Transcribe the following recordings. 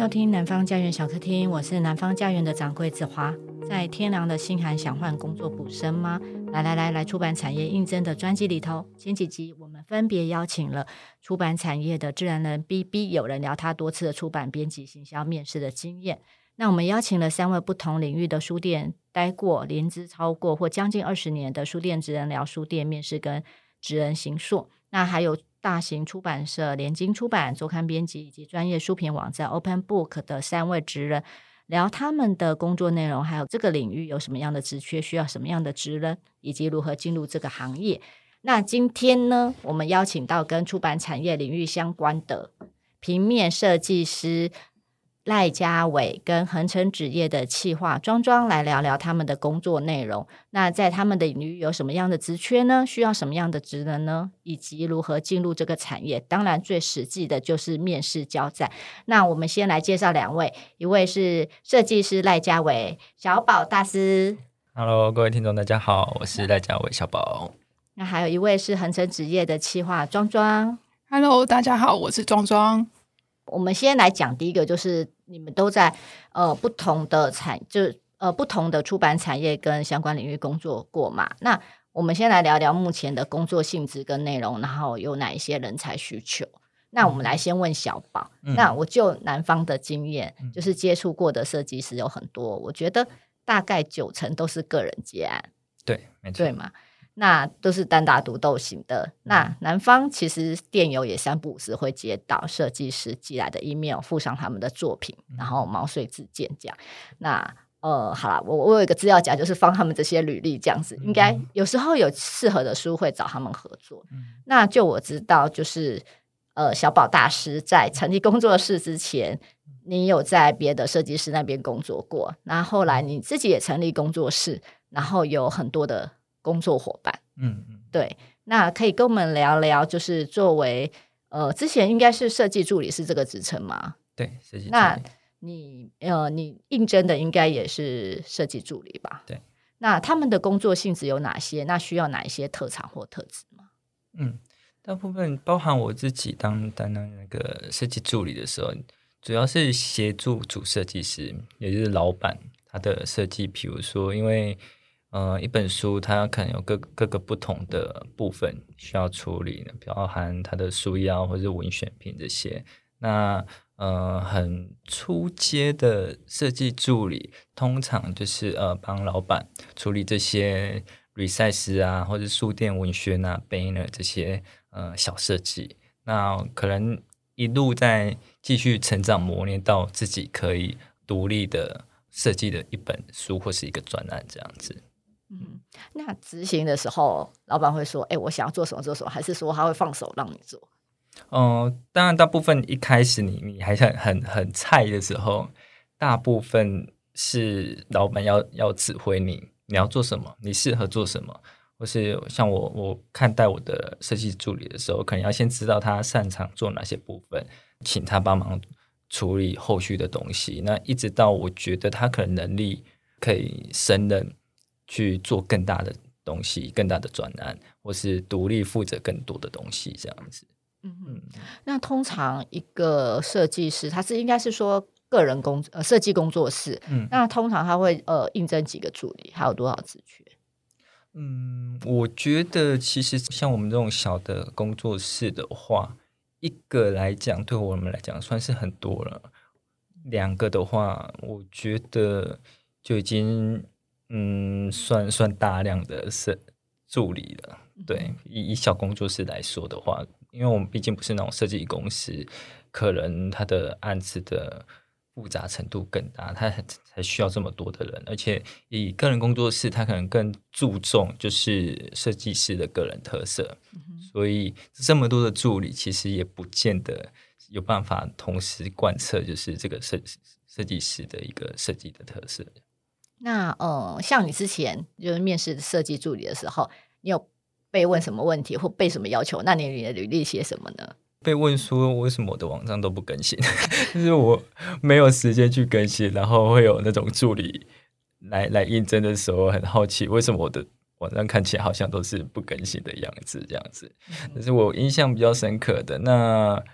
收听南方家园小客厅，我是南方家园的掌柜子华。在天凉的心寒，想换工作补身吗？来，出版产业应征的专辑里头，前几集我们分别邀请了出版产业的自然人 BB， 有人聊他多次的出版编辑行销面试的经验。那我们邀请了3位不同领域的书店待过、年资超过或将近20年的书店职人聊书店面试跟职人行硕，那还有大型出版社联经出版、周刊编辑以及专业书评网站 Open Book 的3位职人，聊他们的工作内容，还有这个领域有什么样的职缺，需要什么样的职人，以及如何进入这个行业。那今天呢，我们邀请到跟出版产业领域相关的平面设计师赖家伟跟恒成纸业的企划庄庄来聊聊他们的工作内容。那在他们的领域有什么样的职缺呢？需要什么样的职能呢？以及如何进入这个产业？当然最实际的就是面试交战。那我们先来介绍2位，一位是设计师赖家伟，小宝大师。 Hello， 各位听众大家好，我是赖家伟小宝。 那还有一位是恒成纸业的企划庄庄。 Hello， 大家好，我是庄庄。 我们先来讲第一个，就是你们都在不同的不同的出版产业跟相关领域工作过嘛？那我们先来聊聊目前的工作性质跟内容，然后有哪一些人才需求。那我们来先问小宝。那我就南方的经验，就是接触过的设计师有很多，我觉得大概90%都是个人接案。 对，没错， 对嘛？那都是单打独斗型的。那南方其实店友也3不5时会接到设计师寄来的 email， 附上他们的作品，然后毛遂自荐这样。那好啦，我有一个资料夹，就是放他们这些履历这样子。应该有时候有适合的书会找他们合作。那就我知道，就是小宝大师在成立工作室之前，你有在别的设计师那边工作过，那后来你自己也成立工作室，然后有很多的工作伙伴。对，那可以跟我们聊聊，就是作为之前应该是设计助理是这个职称吗？ 对，设计助理。 那你应征的应该也是设计助理吧？ 对。 那他们的工作性质有哪些？那需要哪一些特长或特质吗？ 大部分包含我自己担当那个设计助理的时候，主要是协助主设计师，也就是老板他的设计。比如说，因为一本书它可能有各个不同的部分需要处理，包含它的书腰或者文选品这些。那很初阶的设计助理，通常就是帮老板处理这些 resize 啊，或者书店文宣啊、banner 这些小设计。那可能一路在继续成长磨练到自己可以独立的设计的一本书或是一个专案这样子。 那执行的时候老板会说我想要做什么做什么，还是说他会放手让你做？ 当然大部分一开始你还很菜的时候，大部分是老板要指挥你要做什么，你适合做什么，或是像我看待我的设计助理的时候，可能要先知道他擅长做哪些部分，请他帮忙处理后续的东西。那一直到我觉得他可能能力可以胜任去做更大的东西、更大的专案，或是独立负责更多的东西这样子。 那通常一个设计师，他应该是说个人设计工作室，那通常他会应征几个助理，还有多少职缺？ 我觉得其实像我们这种小的工作室的话，一个来讲对我们来讲算是很多了，2个的话我觉得就已经算大量的助理了。对，以小工作室来说的话，因为我们毕竟不是那种设计公司，可能它的案子的复杂程度更大，它才需要这么多的人。而且以个人工作室，它可能更注重就是设计师的个人特色，所以这么多的助理其实也不见得有办法同时贯彻就是这个设计师的一个设计的特色。 那像你之前就是面试设计助理的时候，你有被问什么问题或被什么要求？那你的履历写什么呢？ 被问说为什么我的网站都不更新，就是我没有时间去更新，然后会有那种助理来应征的时候很好奇为什么我的网站看起来好像都是不更新的样子这样子。这是我印象比较深刻的。那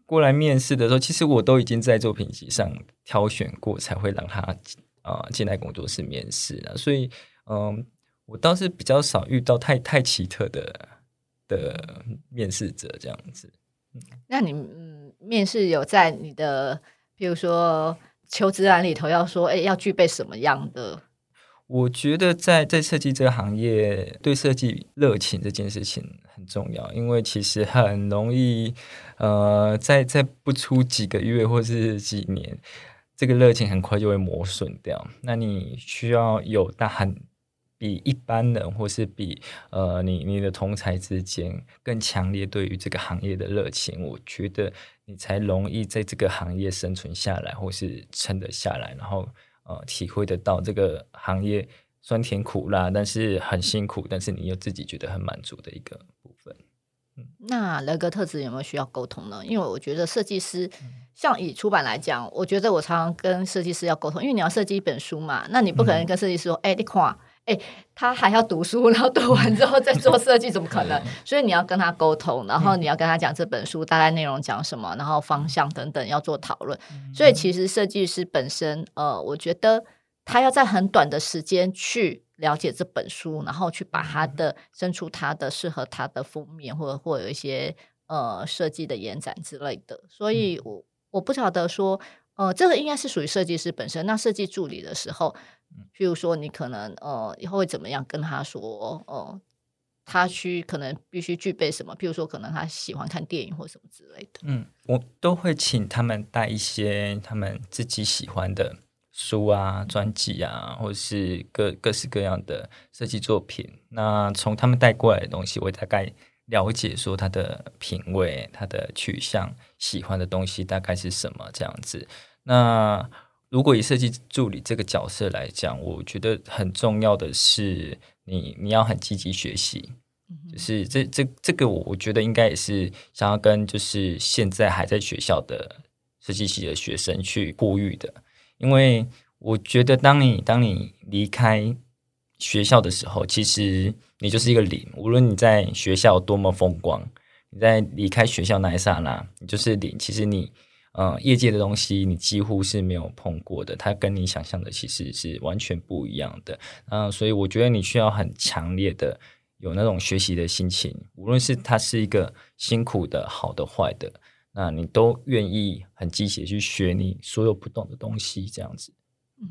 过来面试的时候，其实我都已经在作品集上挑选过，才会让他进来工作室面试了。所以我倒是比较少遇到太奇特的面试者这样子。 那你面试有在你的比如说求职栏里头要说要具备什么样的？ 我觉得在设计这个行业，对设计热情这件事情很重要，因为其实很容易在不出几个月或是几年，这个热情很快就会磨损掉。那你需要有比一般人或是比你的同侪之间更强烈对于这个行业的热情，我觉得你才容易在这个行业生存下来或是撑得下来，然后体会得到这个行业酸甜苦辣，但是很辛苦，但是你又自己觉得很满足的一个部分。 那人格特质有没有需要沟通呢？因为我觉得设计师像以出版来讲，我觉得我常常跟设计师要沟通，因为你要设计一本书嘛，那你不可能跟设计师说你看他还要读书，然后读完之后再做设计，怎么可能？所以你要跟他沟通，然后你要跟他讲这本书大概内容讲什么，然后方向等等要做讨论。所以其实设计师本身我觉得他要在很短的时间去了解这本书，然后去把他的生出他的适合他的封面，或有一些设计的延展之类的。所以我不晓得说这个应该是属于设计师本身。那设计助理的时候，譬如说你可能以后会怎么样跟他说他可能必须具备什么，譬如说可能他喜欢看电影或什么之类的。 我都会请他们带一些他们自己喜欢的书啊、专辑啊，或是各式各样的设计作品。那从他们带过来的东西，我大概了解说他的品味、他的取向、喜欢的东西大概是什么这样子。那如果以设计助理这个角色来讲，我觉得很重要的是你要很积极学习。就是这个我觉得应该也是想要跟就是现在还在学校的设计系的学生去呼吁的。因为我觉得当你离开学校的时候，其实你就是一个零。无论你在学校多么风光，你在离开学校那一刹那，你就是零。其实你业界的东西你几乎是没有碰过的，它跟你想象的其实是完全不一样的。所以我觉得你需要很强烈的有那种学习的心情，无论是它是一个辛苦的、好的、坏的，那你都愿意很积极的去学你所有不懂的东西，这样子。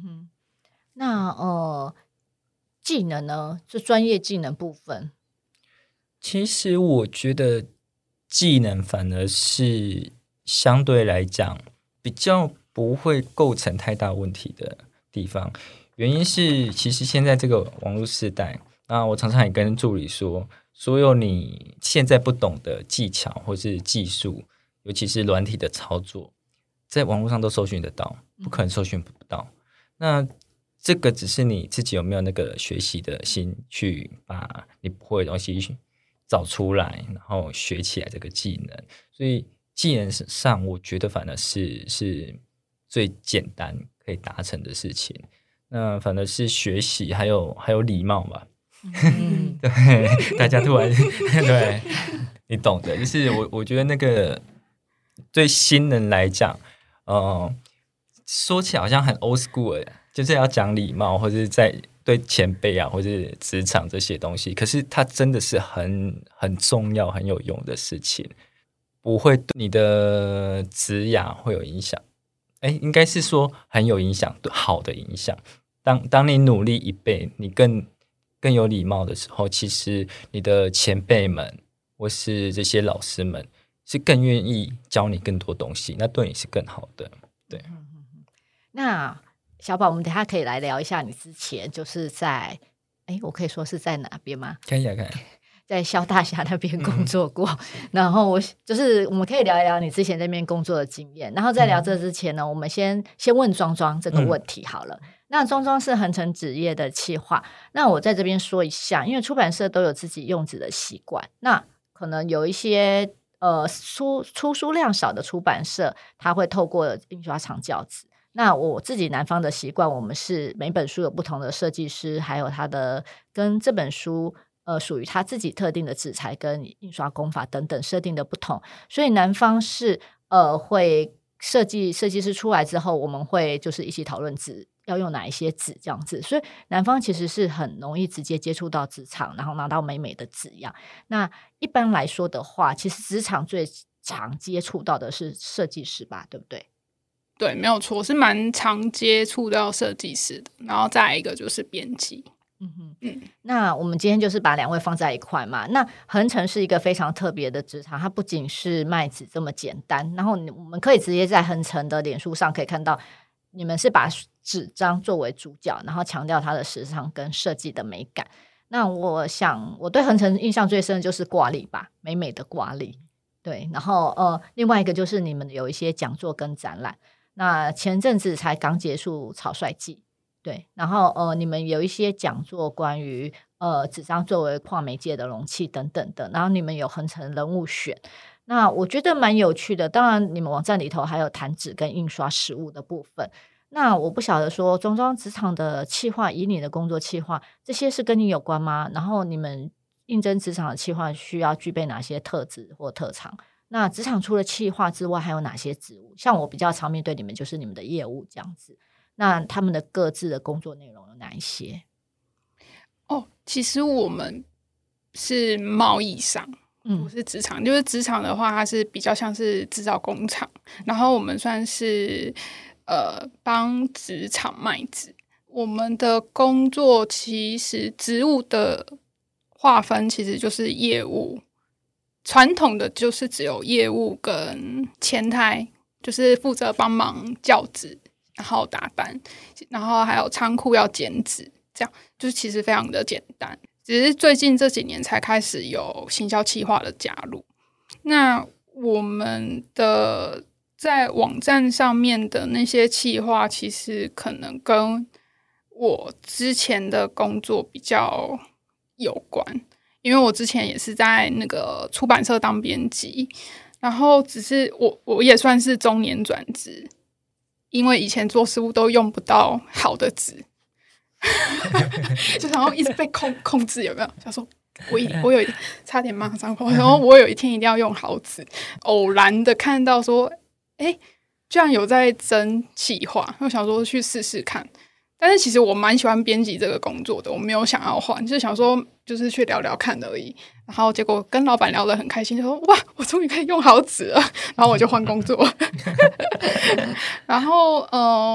那技能呢？就专业技能部分， 其实我觉得技能反而是相对来讲比较不会构成太大问题的地方。原因是其实现在这个网络时代，那我常常也跟助理说，所有你现在不懂的技巧或是技术，尤其是软体的操作，在网络上都搜寻得到，不可能搜寻不到。那这个只是你自己有没有那个学习的心，去把你不会的东西找出来，然后学起来这个技能。所以技能上，我觉得反而是最简单可以达成的事情。那反而是学习还有礼貌吧。对，大家突然对你懂的，就是我觉得那个对新人来讲，说起来好像很 old school 的，就是要讲礼貌，或者在对前辈啊，或者是职场这些东西。可是它真的是很重要、很有用的事情，不会对你的职涯会有影响。应该是说很有影响，好的影响。当你努力一倍，你更有礼貌的时候，其实你的前辈们或是这些老师们是更愿意教你更多东西，那对你是更好的。对。 那小宝，我们等一下可以来聊一下你之前就是在我可以说是在哪边吗？ 可以啊，可以。 在萧大侠那边工作过，然后我们可以聊一聊你之前在那边工作的经验。然后在聊这之前呢，我们先问庄庄这个问题好了。那庄庄是恒成纸业的企划，那我在这边说一下，因为出版社都有自己用纸的习惯，那可能有一些出书量少的出版社，它会透过印刷厂校纸。那我自己南方的习惯，我们是每本书有不同的设计师，还有它的跟这本书属于他自己特定的纸材跟印刷工法等等设定的不同，所以南方是会设计师出来之后，我们会就是一起讨论纸要用哪一些纸这样子，所以南方其实是很容易直接接触到纸厂，然后拿到美美的纸样。那一般来说的话，其实纸厂最常接触到的是设计师吧，对不对？ 对，没有错，是蛮常接触到设计师的，然后再来一个就是编辑。 那我们今天就是把两位放在一块嘛。那恒成是一个非常特别的职场，它不仅是卖纸这么简单，然后我们可以直接在恒成的脸书上可以看到，你们是把纸张作为主角，然后强调它的时尚跟设计的美感。那我想我对恒成印象最深的就是挂历吧，美美的挂历。对，然后另外一个就是你们有一些讲座跟展览。那前阵子才刚结束草率季，对，然后你们有一些讲座关于纸张作为跨媒介的容器等等的，然后你们有恒成人物选，那我觉得蛮有趣的。当然你们网站里头还有谈纸跟印刷实物的部分。那我不晓得说中庄职场的企划，以你的工作企划，这些是跟你有关吗？然后你们应征职场的企划需要具备哪些特质或特长？那职场除了企划之外还有哪些职务？像我比较常面对你们就是你们的业务这样子，那他们的各自的工作内容有哪一些？ 其实我们是贸易商，不是职场。就是职场的话，它是比较像是制造工厂，然后我们算是帮职场卖纸。我们的工作其实职务的划分其实就是业务，传统的就是只有业务跟前台，就是负责帮忙校纸，然后打单，然后还有仓库要剪纸，这样就是其实非常的简单。只是最近这几年才开始有行销企划的加入。那我们的在网站上面的那些企划，其实可能跟我之前的工作比较有关，因为我之前也是在那个出版社当编辑，然后只是我也算是中年转职，因为以前做事务都用不到好的纸，就想要一直被控制，有没有？想说我有一差点骂脏话，然后我有一天一定要用好纸。偶然的看到说，居然有在征企划，我想说去试试看。但是其实我蛮喜欢编辑这个工作的，我没有想要换，就是想说就是去聊聊看而已。然后结果跟老板聊得很开心，就说哇，我终于可以用好纸了，然后我就换工作。然后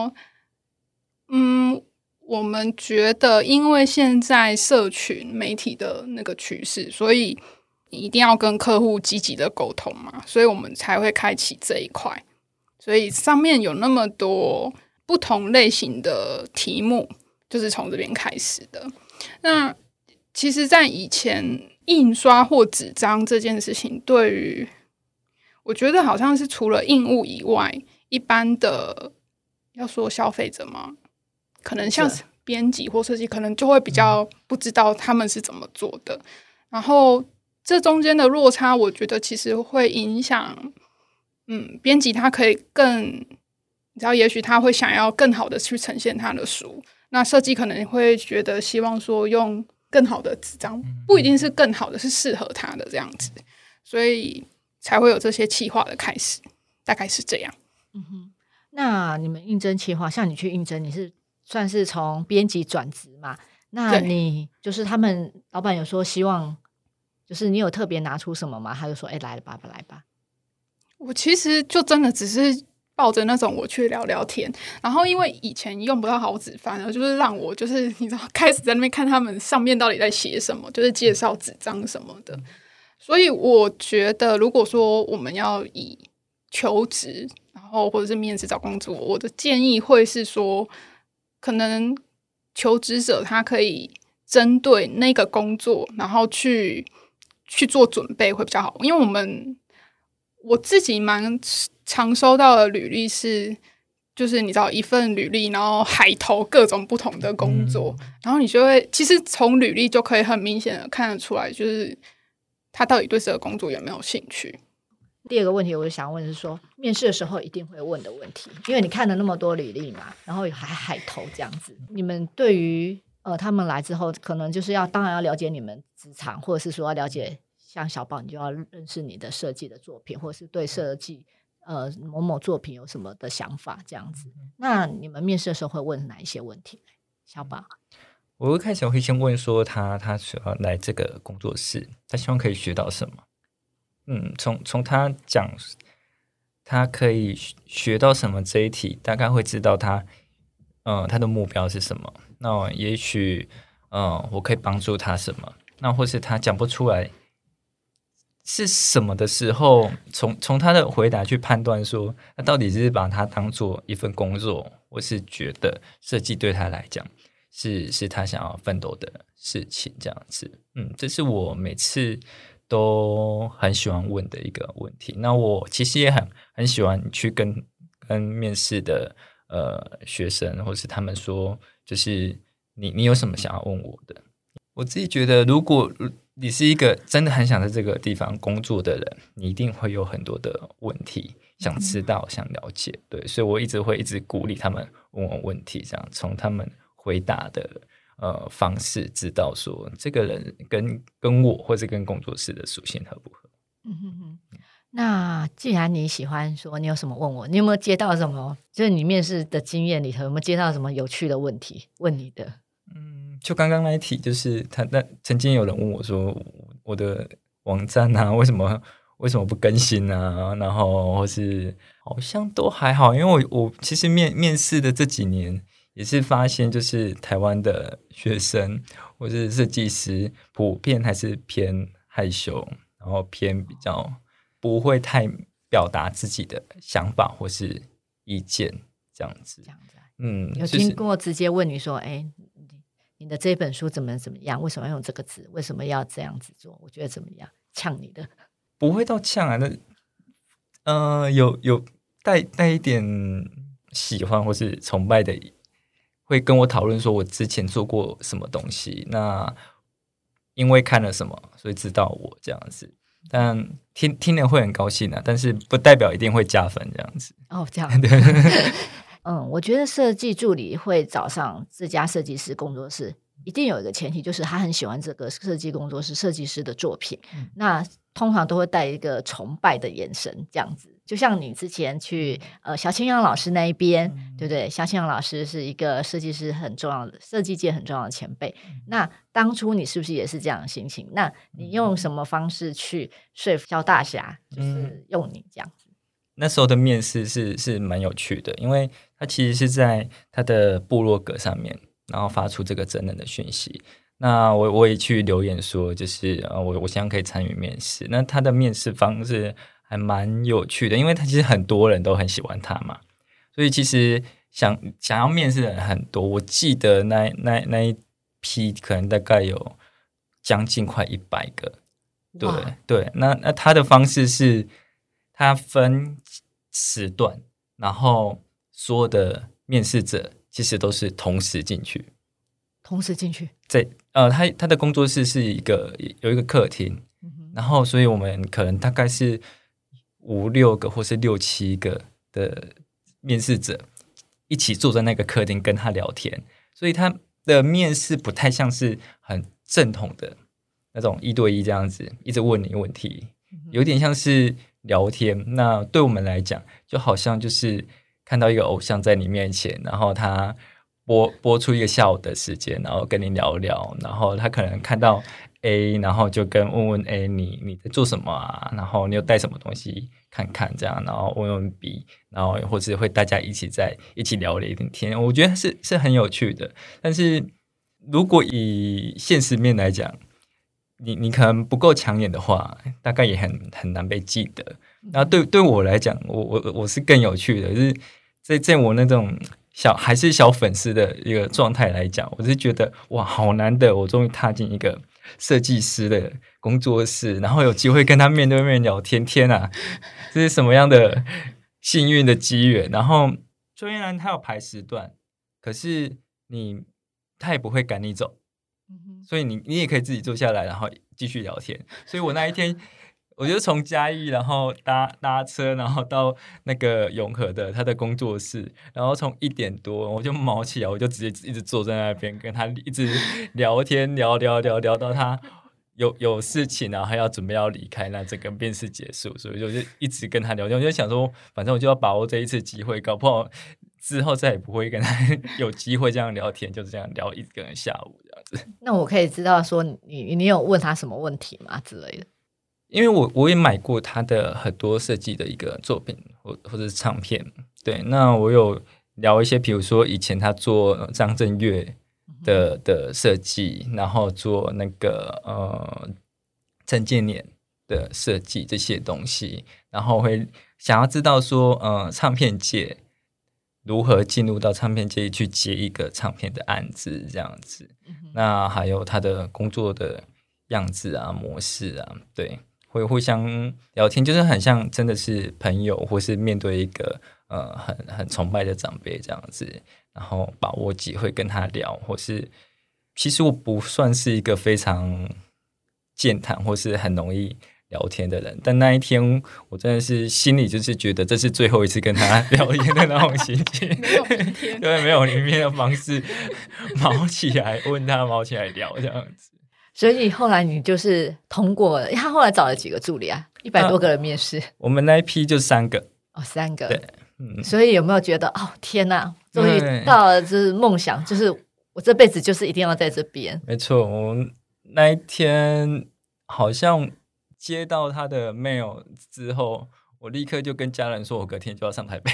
我们觉得因为现在社群媒体的那个趋势，所以你一定要跟客户积极的沟通嘛，所以我们才会开启这一块。所以上面有那么多不同类型的题目，就是从这边开始的。那其实在以前印刷或纸张这件事情，对于我觉得好像是除了印务以外，一般的要说消费者嘛，可能像是编辑或设计，可能就会比较不知道他们是怎么做的。然后这中间的落差，我觉得其实会影响编辑他可以更，你知道，也许他会想要更好的去呈现他的书，那设计可能会觉得希望说用更好的纸张，不一定是更好的，是适合他的这样子，所以才会有这些企划的开始，大概是这样。 那你们应征企划，像你去应征，你是算是从编辑转职嘛？那你就是他们老板有说希望，就是你有特别拿出什么吗？他就说来了吧，来吧。 我其实就真的只是抱着那种我去聊聊天，然后因为以前用不到好纸，反而就是让我就是你知道开始在那边看他们上面到底在写什么，就是介绍纸张什么的。所以我觉得如果说我们要以求职然后或者是面试找工作，我的建议会是说，可能求职者他可以针对那个工作然后去做准备会比较好。因为我自己蛮常收到的履历是，就是你知道一份履历然后海投各种不同的工作，然后你就会其实从履历就可以很明显的看得出来，就是他到底对这个工作有没有兴趣。 第二个问题我就想问是说，面试的时候一定会问的问题，因为你看了那么多履历嘛，然后还海投这样子，你们对于他们来之后可能就是当然要了解你们职场，或者是说要了解像小宝你就要认识你的设计的作品，或者是对设计某某作品有什么的想法这样子。那你们面试的时候会问哪一些问题？小宝， 我一开始会先问说他想要来这个工作室，他希望可以学到什么。从他讲他可以学到什么这一题，大概会知道他的目标是什么。那也许我可以帮助他什么，那或是他讲不出来是什么的时候，从他的回答去判断说他到底是把它当做一份工作，或是觉得设计对他来讲是他想要奋斗的事情这样子。这是我每次都很喜欢问的一个问题。那我其实也很喜欢去跟面试的学生或是他们说，就是你有什么想要问我的。我自己觉得如果你是一个真的很想在这个地方工作的人，你一定会有很多的问题想知道想了解。对，所以我一直鼓励他们问我问题，这样从他们回答的方式知道说这个人跟我或是跟工作室的属性合不合。 那既然你喜欢说，你有什么问我？你有没有接到什么？就是你面试的经验里头有没有接到什么有趣的问题问你的？ 就刚刚那一题，就是曾经有人问我说，我的网站啊，为什么不更新啊？然后或是好像都还好，因为我其实面试的这几年也是发现，就是台湾的学生或是设计师普遍还是偏害羞，然后偏比较不会太表达自己的想法或是意见这样子。 有听过直接问你说，你的这本书怎么样？为什么要用这个字？为什么要这样子做？我觉得怎么样？呛你的？ 不会到呛啊，那有带一点喜欢或是崇拜的，会跟我讨论说我之前做过什么东西，那因为看了什么，所以知道我这样子。但听了会很高兴啊，但是不代表一定会加分这样子。 这样子。我觉得设计助理会找上这家设计师工作室，一定有一个前提，就是他很喜欢这个设计工作室设计师的作品。那通常都会带一个崇拜的眼神，这样子。就像你之前去萧清扬老师那一边，对不对？萧清扬老师是一个设计师很重要的设计界很重要的前辈。那当初你是不是也是这样的心情？那你用什么方式去说服萧大侠，就是用你这样子？ 那时候的面试是蛮有趣的，因为他其实是在他的部落格上面，然后发出这个真人的讯息。那我也去留言说，就是我希望可以参与面试。那他的面试方式还蛮有趣的，因为他其实很多人都很喜欢他嘛，所以其实想要面试的人很多。我记得那一批可能大概有将近快100个。对，那他的方式是他分时段，然后所有的面试者其实都是同时进去。在他的工作室是有一个客厅，然后所以我们可能大概是5-6个或是6-7个的面试者一起坐在那个客厅跟他聊天，所以他的面试不太像是很正统的那种1对1这样子一直问你问题，有点像是聊天。那对我们来讲就好像就是看到一个偶像在你面前，然后他播出一个下午的时间，然后跟你聊聊，然后他可能看到 A， 然后就问问 A 你在做什么啊，然后你有带什么东西看看这样，然后问问 B， 然后或者会大家一起聊了一点天，我觉得是很有趣的。但是如果以现实面来讲，你可能不够抢眼的话，大概也很难被记得。然后对我来讲，我是更有趣的，就是在我那种还是小粉丝的一个状态来讲，我是觉得哇，好难得，我终于踏进一个设计师的工作室，然后有机会跟他面对面聊天。天啊，这是什么样的幸运的机缘？然后虽然他有排时段，可是他也不会赶你走，所以你也可以自己坐下来，然后继续聊天。所以我那一天我就从嘉义，然后搭车，然后到那个永和的他的工作室，然后从1点多我就毛起来，我就直接一直坐在那边跟他一直聊天，聊到他有事情，然后还要准备要离开，那整个面试结束，所以就一直跟他聊天。我就想说，反正我就要把握这一次机会，搞不好之后再也不会跟他有机会这样聊天，就是这样聊一个人下午这样子。 那我可以知道说你有问他什么问题吗之类的？ 因为我也买过他的很多设计的一个作品或者是唱片，对，那我有聊一些，比如说以前他做张震岳的设计，然后做那个陈建年的设计这些东西，然后会想要知道说唱片界如何进入到唱片界去接一个唱片的案子这样子，那还有他的工作的样子啊模式啊，对，会互相聊天，就是很像真的是朋友，或是面对一个很崇拜的长辈这样子，然后把握机会跟他聊，或是其实我不算是一个非常健谈或是很容易聊天的人，但那一天我真的是心里就是觉得这是最后一次跟他聊天的那种心情， 没有明天， 对，没有明天的方式，毛起来问他，毛起来聊这样子。 所以后来你就是通过了，他后来找了几个助理啊？100多个人面试， 我们那一批就3个， 哦，3个， 对， 所以有没有觉得哦天哪，终于到了就是梦想，就是我这辈子就是一定要在这边？没错，我那一天好像接到他的 mail 之后，我立刻就跟家人说，我隔天就要上台北，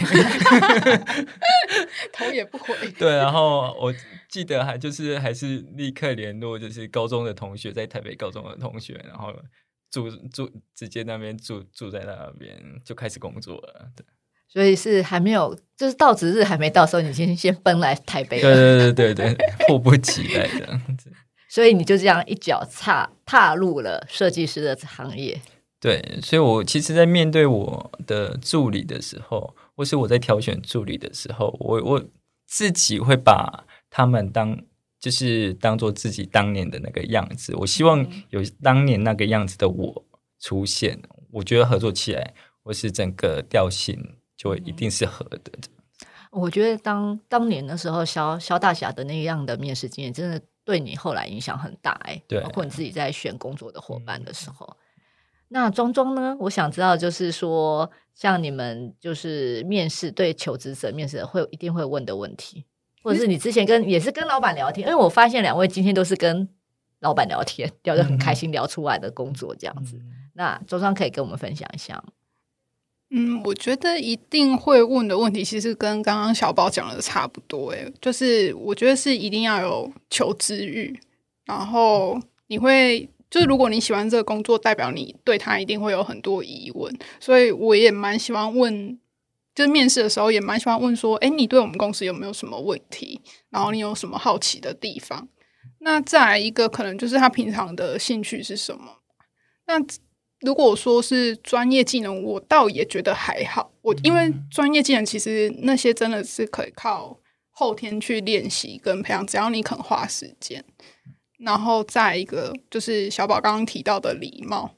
头也不回。 对，然后我记得还是立刻联络，就是高中的同学，在台北高中的同学，然后直接那边住在那边就开始工作了。对， 所以是还没有，就是到职日还没到的时候，你先奔来台北了。对，迫不及待的。 所以你就这样一脚踏入了设计师的行业。 对，所以我其实在面对我的助理的时候，或是我在挑选助理的时候，我自己会把他们当做自己当年的那个样子，我希望有当年那个样子的我出现，我觉得合作起来或是整个调性就一定是合的。 我觉得当年的时候萧大侠的那样的面试经验真的对你后来影响很大，对，包括你自己在选工作的伙伴的时候。那庄庄呢，我想知道就是说像你们就是面试对求职者面试一定会问的问题，或者是你之前也是跟老板聊天，因为我发现2位今天都是跟老板聊天，聊得很开心，聊出来的工作这样子。那庄庄可以跟我们分享一下吗？ 我觉得一定会问的问题其实跟刚刚小宝讲的差不多，就是我觉得是一定要有求知欲，然后你会就是如果你喜欢这个工作，代表你对他一定会有很多疑问，所以我也蛮喜欢问，就是面试的时候也蛮喜欢问说，你对我们公司有没有什么问题，然后你有什么好奇的地方。那再来一个可能就是他平常的兴趣是什么。那如果说是专业技能，我倒也觉得还好，因为专业技能其实那些真的是可以靠后天去练习跟培养，只要你肯花时间。然后再一个就是小宝刚刚提到的礼貌，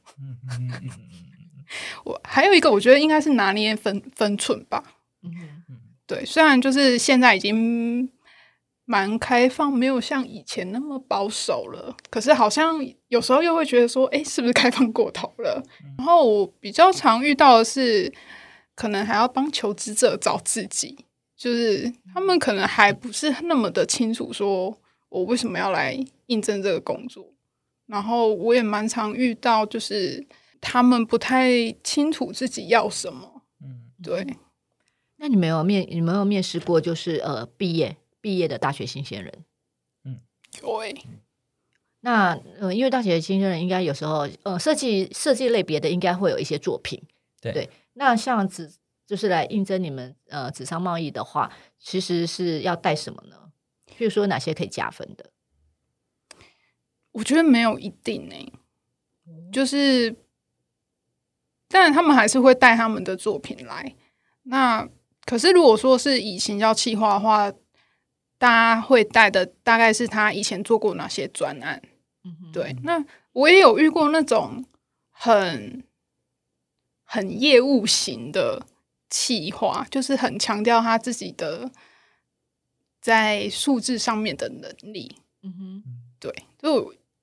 我还有一个我觉得应该是拿捏分寸吧。对，虽然就是现在已经蛮开放，没有像以前那么保守了，可是好像有时候又会觉得说，是不是开放过头了？然后我比较常遇到的是，可能还要帮求职者找自己，就是他们可能还不是那么的清楚说我为什么要来应征这个工作，然后我也蛮常遇到就是他们不太清楚自己要什么。对。 那你们有面试过就是毕业的大学新鲜人？ 有那因为大学新鲜人应该有时候设计类别的应该会有一些作品。对，那像就是来应征你们纸商贸易的话，其实是要带什么呢？譬如说哪些可以加分的？ 我觉得没有一定就是当然他们还是会带他们的作品来，那可是如果说是以行销企划的话，大家会带的大概是他以前做过哪些专案。对，那我也有遇过那种很业务型的企划，就是很强调他自己的在数字上面的能力。对，就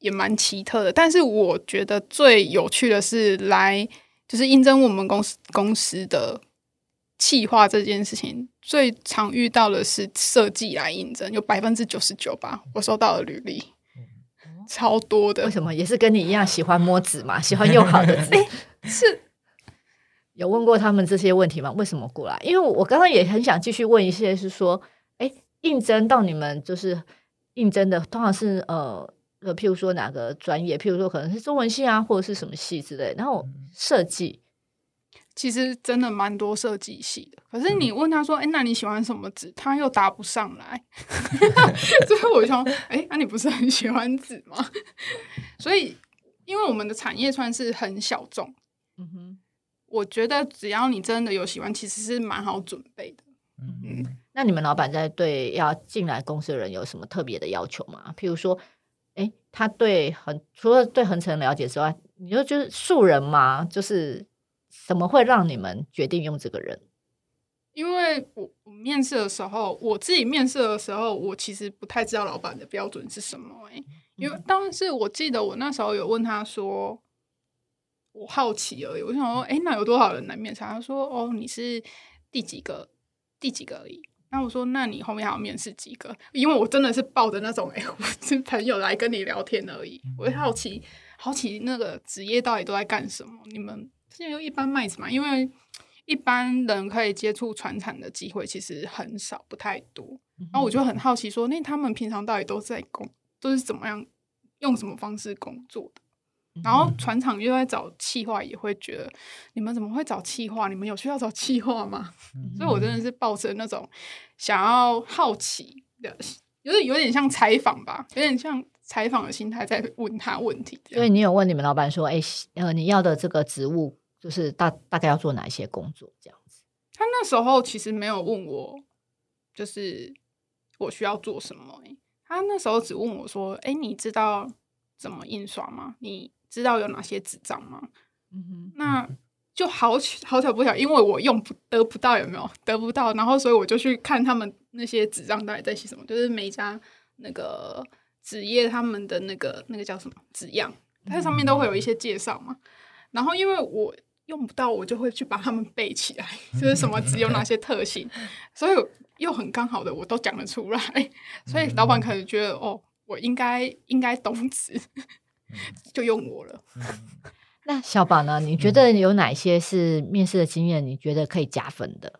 也蛮奇特的。但是我觉得最有趣的是就是应征我们公司的企划这件事情，最常遇到的是设计来应征，有99%吧，我收到的履历超多的。 为什么？也是跟你一样喜欢摸纸嘛，喜欢用好的纸。 是有问过他们这些问题吗？为什么过来？因为我刚刚也很想继续问一些，是说，应征到你们就是应征的，通常是譬如说哪个专业，譬如说可能是中文系啊，或者是什么系之类。然后设计， 其实真的蛮多设计系的，可是你问他说，那你喜欢什么纸？他又答不上来。所以我想，那你不是很喜欢纸吗？所以，因为我们的产业算是很小众，我觉得只要你真的有喜欢，其实是蛮好准备的。 那你们老板在对要进来公司的人有什么特别的要求吗？譬如说，他除了对恒成了解之外，你就是素人吗？就是怎么会让你们决定用这个人？ 因为我面试的时候，我自己面试的时候，我其实不太知道老板的标准是什么。因为当时我记得我那时候有问他说，我好奇而已，我想说，那有多少人来面试？他说，你是第几个而已。那我说，那你后面还要面试几个？因为我真的是抱着那种，我是朋友来跟你聊天而已。我会好奇那个职业到底都在干什么？你们现在有一般麦子嘛？因为一般人可以接触传产的机会其实很少，不太多。然后我就很好奇说，那他们平常到底都是怎么样用什么方式工作的？然后船厂又在找企划，也会觉得你们怎么会找企划？你们有需要找企划吗？所以我真的是抱着那种想要好奇的，有点像采访吧，有点像采访的心态在问他问题。 所以你有问你们老板说，你要的这个职务就是大概要做哪一些工作这样子？ 他那时候其实没有问我，就是我需要做什么。他那时候只问我说，你知道怎么印刷吗？你知道有哪些纸张吗？那就好巧不巧，因为我得不到，有没有得不到？然后所以我就去看他们那些纸张到底在写什么，就是每一家那个纸业他们的那个叫什么纸样，它上面都会有一些介绍嘛。然后因为我用不到，我就会去把它们背起来，就是什么纸有哪些特性，所以又很刚好的我都讲得出来，所以老板可能觉得我应该懂纸。就用我了。 那小宝呢？你觉得有哪些是面试的经验？你觉得可以加分的？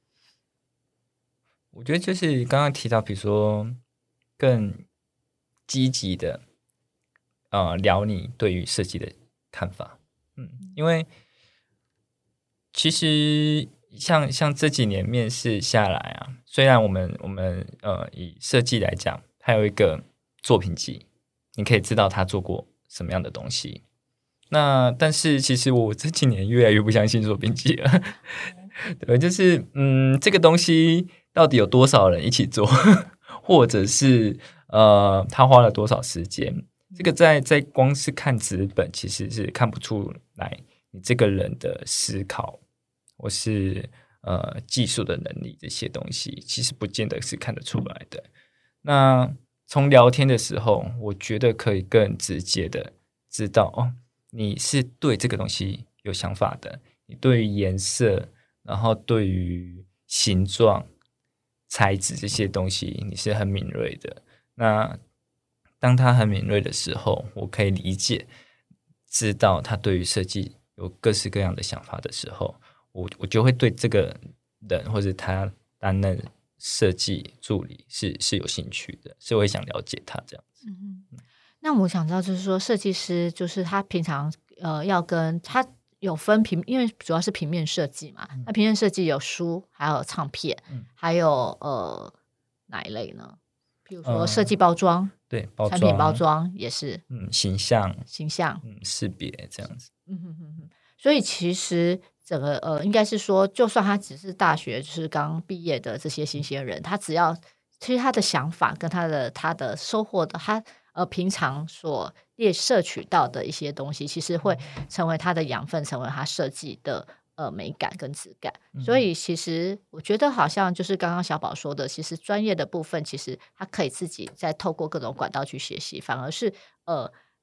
我觉得就是刚刚提到，比如说更积极的聊你对于设计的看法。因为其实像这几年面试下来啊，虽然我们以设计来讲，它有一个作品集，你可以知道他做过什么样的东西。但是其实我这几年越来越不相信作品集了。对，就是这个东西到底有多少人一起做，或者是他花了多少时间？这个在光是看纸本，其实是看不出来你这个人的思考或是技术的能力，这些东西其实不见得是看得出来的。那从聊天的时候，我觉得可以更直接的知道你是对这个东西有想法的，你对于颜色，然后对于形状、材质这些东西，你是很敏锐的。那当他很敏锐的时候，我可以理解，知道他对于设计有各式各样的想法的时候，我就会对这个人或者他担任设计助理是有兴趣的，所以我会想了解他这样子。 那我想知道，就是说设计师就是他平常要跟他有分因为主要是平面设计嘛，那平面设计有书，还有唱片，还有哪一类呢？譬如说设计包装， 对，包装产品包装也是， 形象，识别这样子。 所以其实整个应该是说，就算他只是大学就是刚毕业的这些新鲜人，他只要其实他的想法跟他的收获的他平常所摄取到的一些东西，其实会成为他的养分，成为他设计的美感跟质感。所以其实我觉得好像就是刚刚小宝说的，其实专业的部分其实他可以自己再透过各种管道去学习，反而是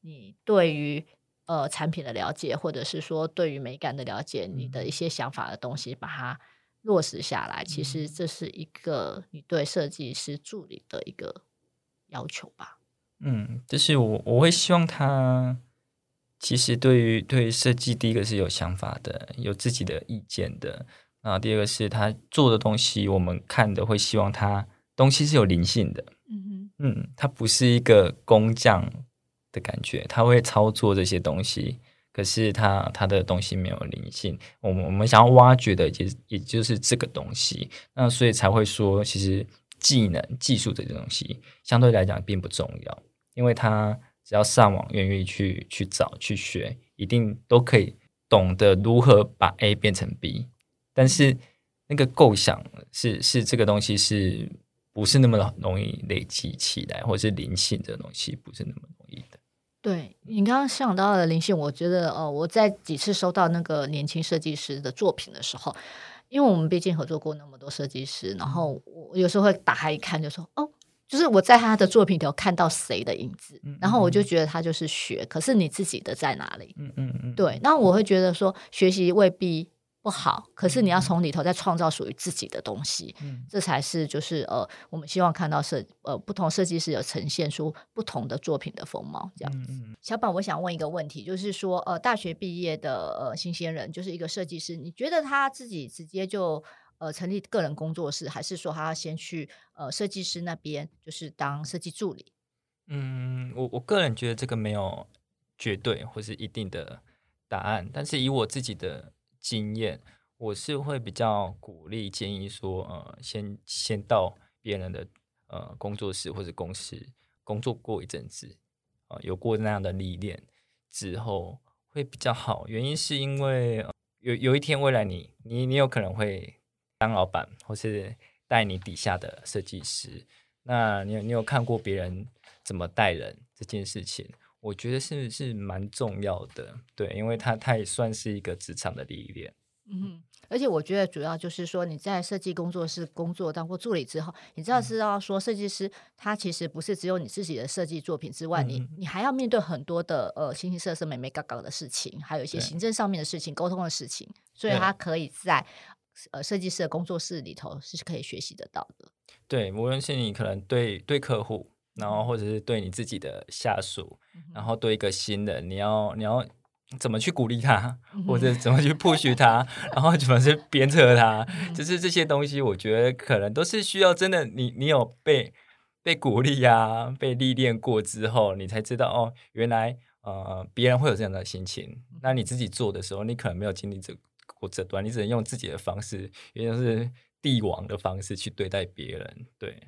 你对于产品的了解，或者是说对于美感的了解，你的一些想法的东西把它落实下来，其实这是一个你对设计师助理的一个要求吧。 就是我会希望他其实对于设计，第一个是有想法的，有自己的意见的，然后第二个是他做的东西，我们看的会希望他东西是有灵性的。他不是一个工匠的感觉，他会操作这些东西，可是他的东西没有灵性。我们想要挖掘的也就是这个东西，那所以才会说，其实技术这些东西相对来讲并不重要，因为他只要上网愿意去找去学，一定都可以懂得如何把 A 变成 B。但是那个构想是这个东西是不是那么容易累积起来，或者是灵性这个东西不是那么容易的。 对，你刚刚想到的灵性，我觉得我在几次收到那个年轻设计师的作品的时候，因为我们毕竟合作过那么多设计师，然后我有时候会打开一看就说就是我在他的作品里有看到谁的影子，然后我就觉得他就是学，可是你自己的在哪里？对，那我会觉得说学习未必不好，可是你要从里头再创造属于自己的东西，这才是就是我们希望看到不同设计师有呈现出不同的作品的风貌这样子。小宝，我想问一个问题，就是说大学毕业的新鲜人，就是一个设计师，你觉得他自己直接就成立个人工作室，还是说他要先去设计师那边就是当设计助理？ 我个人觉得这个没有绝对或是一定的答案，但是以我自己的经验，我是会比较鼓励建议说先到别人的工作室或者公司工作过一阵子，有过那样的历练之后会比较好。原因是因为有一天未来你有可能会当老板，或是带你底下的设计师，那你有看过别人怎么带人这件事情，我觉得是蛮重要的。对，因为它也算是一个职场的历练。 而且我觉得主要就是说你在设计工作室工作当过助理之后，你知道说设计师他其实不是只有你自己的设计作品之外，你还要面对很多的形形色色美美嘎嘎的事情，还有一些行政上面的事情，沟通的事情，所以他可以在设计师的工作室里头是可以学习得到的。 对，无论是你可能对客户，然后或者是对你自己的下属，然后对一个新人，你要怎么去鼓励他，或者怎么去 push 他，然后怎么去鞭策他，就是这些东西我觉得可能都是需要真的你有被鼓励啊，被历练过之后，你才知道原来别人会有这样的心情，那你自己做的时候你可能没有经历过这段，你只能用自己的方式，也就是帝王的方式去对待别人。对。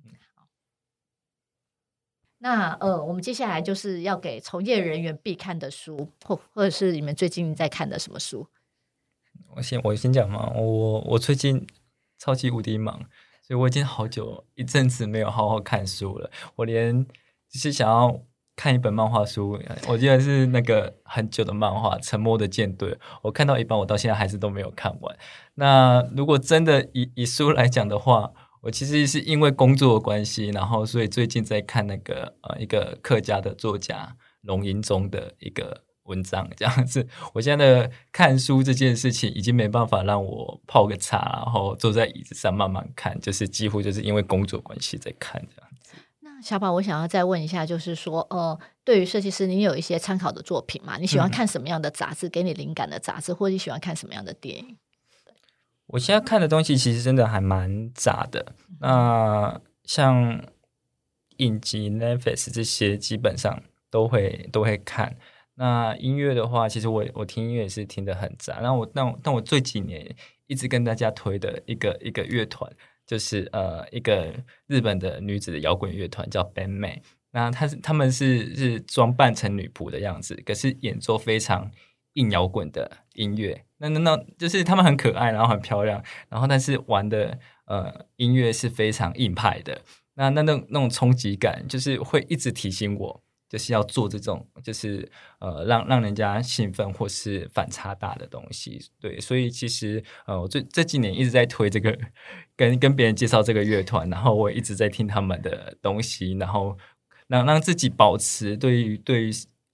那我们接下来就是要给从业人员必看的书，或者是你们最近在看的什么书？ 我先讲嘛，我最近超级无敌忙，所以我已经好久一阵子没有好好看书了。我连就是想要看一本漫画书，我记得是那个很久的漫画《沉默的舰队》，我看到一半，我到现在还是都没有看完。那如果真的以书来讲的话，我其实是因为工作的关系，然后所以最近在看那个一个客家的作家龙吟宗的一个文章，这样子。我现在的看书这件事情已经没办法让我泡个茶，然后坐在椅子上慢慢看，就是几乎就是因为工作关系在看这样子。 那小宝，我想要再问一下，就是说对于设计师，你有一些参考的作品吗？你喜欢看什么样的杂志，给你灵感的杂志，或者你喜欢看什么样的电影？ 我现在看的东西其实真的还蛮杂的，那像影集 Netflix 这些基本上都会看。那音乐的话，其实我听音乐也是听得很杂。但我这几年一直跟大家推的一个乐团，就是一个日本的女子的摇滚乐团叫 BAND-MAID。那他们是装扮成女仆的样子，可是演奏非常硬摇滚的音乐。那就是他们很可爱，然后很漂亮，然后但是玩的音乐是非常硬派的。那种冲击感，就是会一直提醒我，就是要做这种就是让人家兴奋或是反差大的东西。对，所以其实我这几年一直在推这个，跟别人介绍这个乐团，然后我也一直在听他们的东西，然后让自己保持对于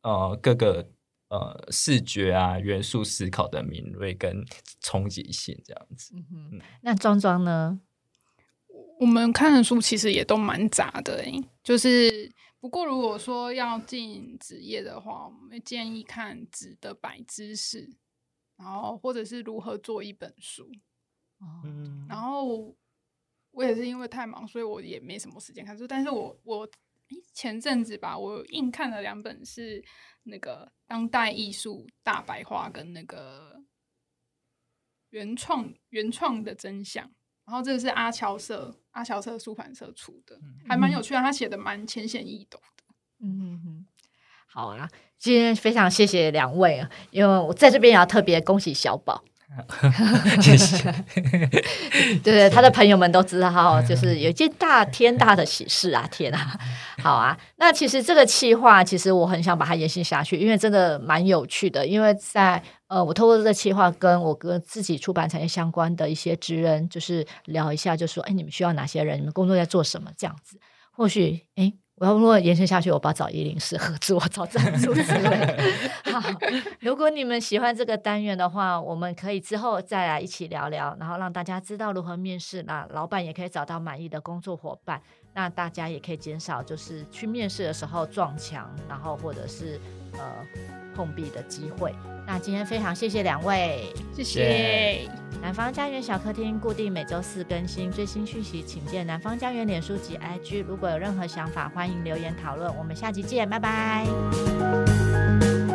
各个视觉啊元素思考的敏锐跟冲击性这样子。 那庄庄呢？ 我们看的书其实也都蛮杂的就是不过如果说要进纸业的话，我们会建议看纸的百知识，然后或者是如何做一本书。然后我也是因为太忙，所以我也没什么时间看书。但是我前阵子吧，我硬看了2本，是那个当代艺术大白话跟那个原创的真相。然后这个是阿乔社出版社出的，还蛮有趣的，他写的蛮浅显易懂的。 好啊，今天非常谢谢2位，因为我在这边也要特别恭喜小宝。 谢谢。 对，他的朋友们都知道，就是有一件天大的喜事啊！天啊，好啊。那其实这个企划，其实我很想把它延续下去，因为真的蛮有趣的。因为在我透过这个企划，跟我跟自己出版产业相关的一些职人，就是聊一下，就说，你们需要哪些人？你们工作在做什么？这样子，或许我要如果延伸下去，我要找104合作，找赞助之类的。好，如果你们喜欢这个单元的话，我们可以之后再来一起聊聊，然后让大家知道如何面试，那老板也可以找到满意的工作伙伴，那大家也可以减少就是去面试的时候撞墙，然后或者是碰壁的机会。那今天非常谢谢2位， 谢谢。 南方家园小客厅固定每周4更新，最新讯息请见南方家园脸书及 IG。如果有任何想法，欢迎留言讨论。我们下集见，拜拜。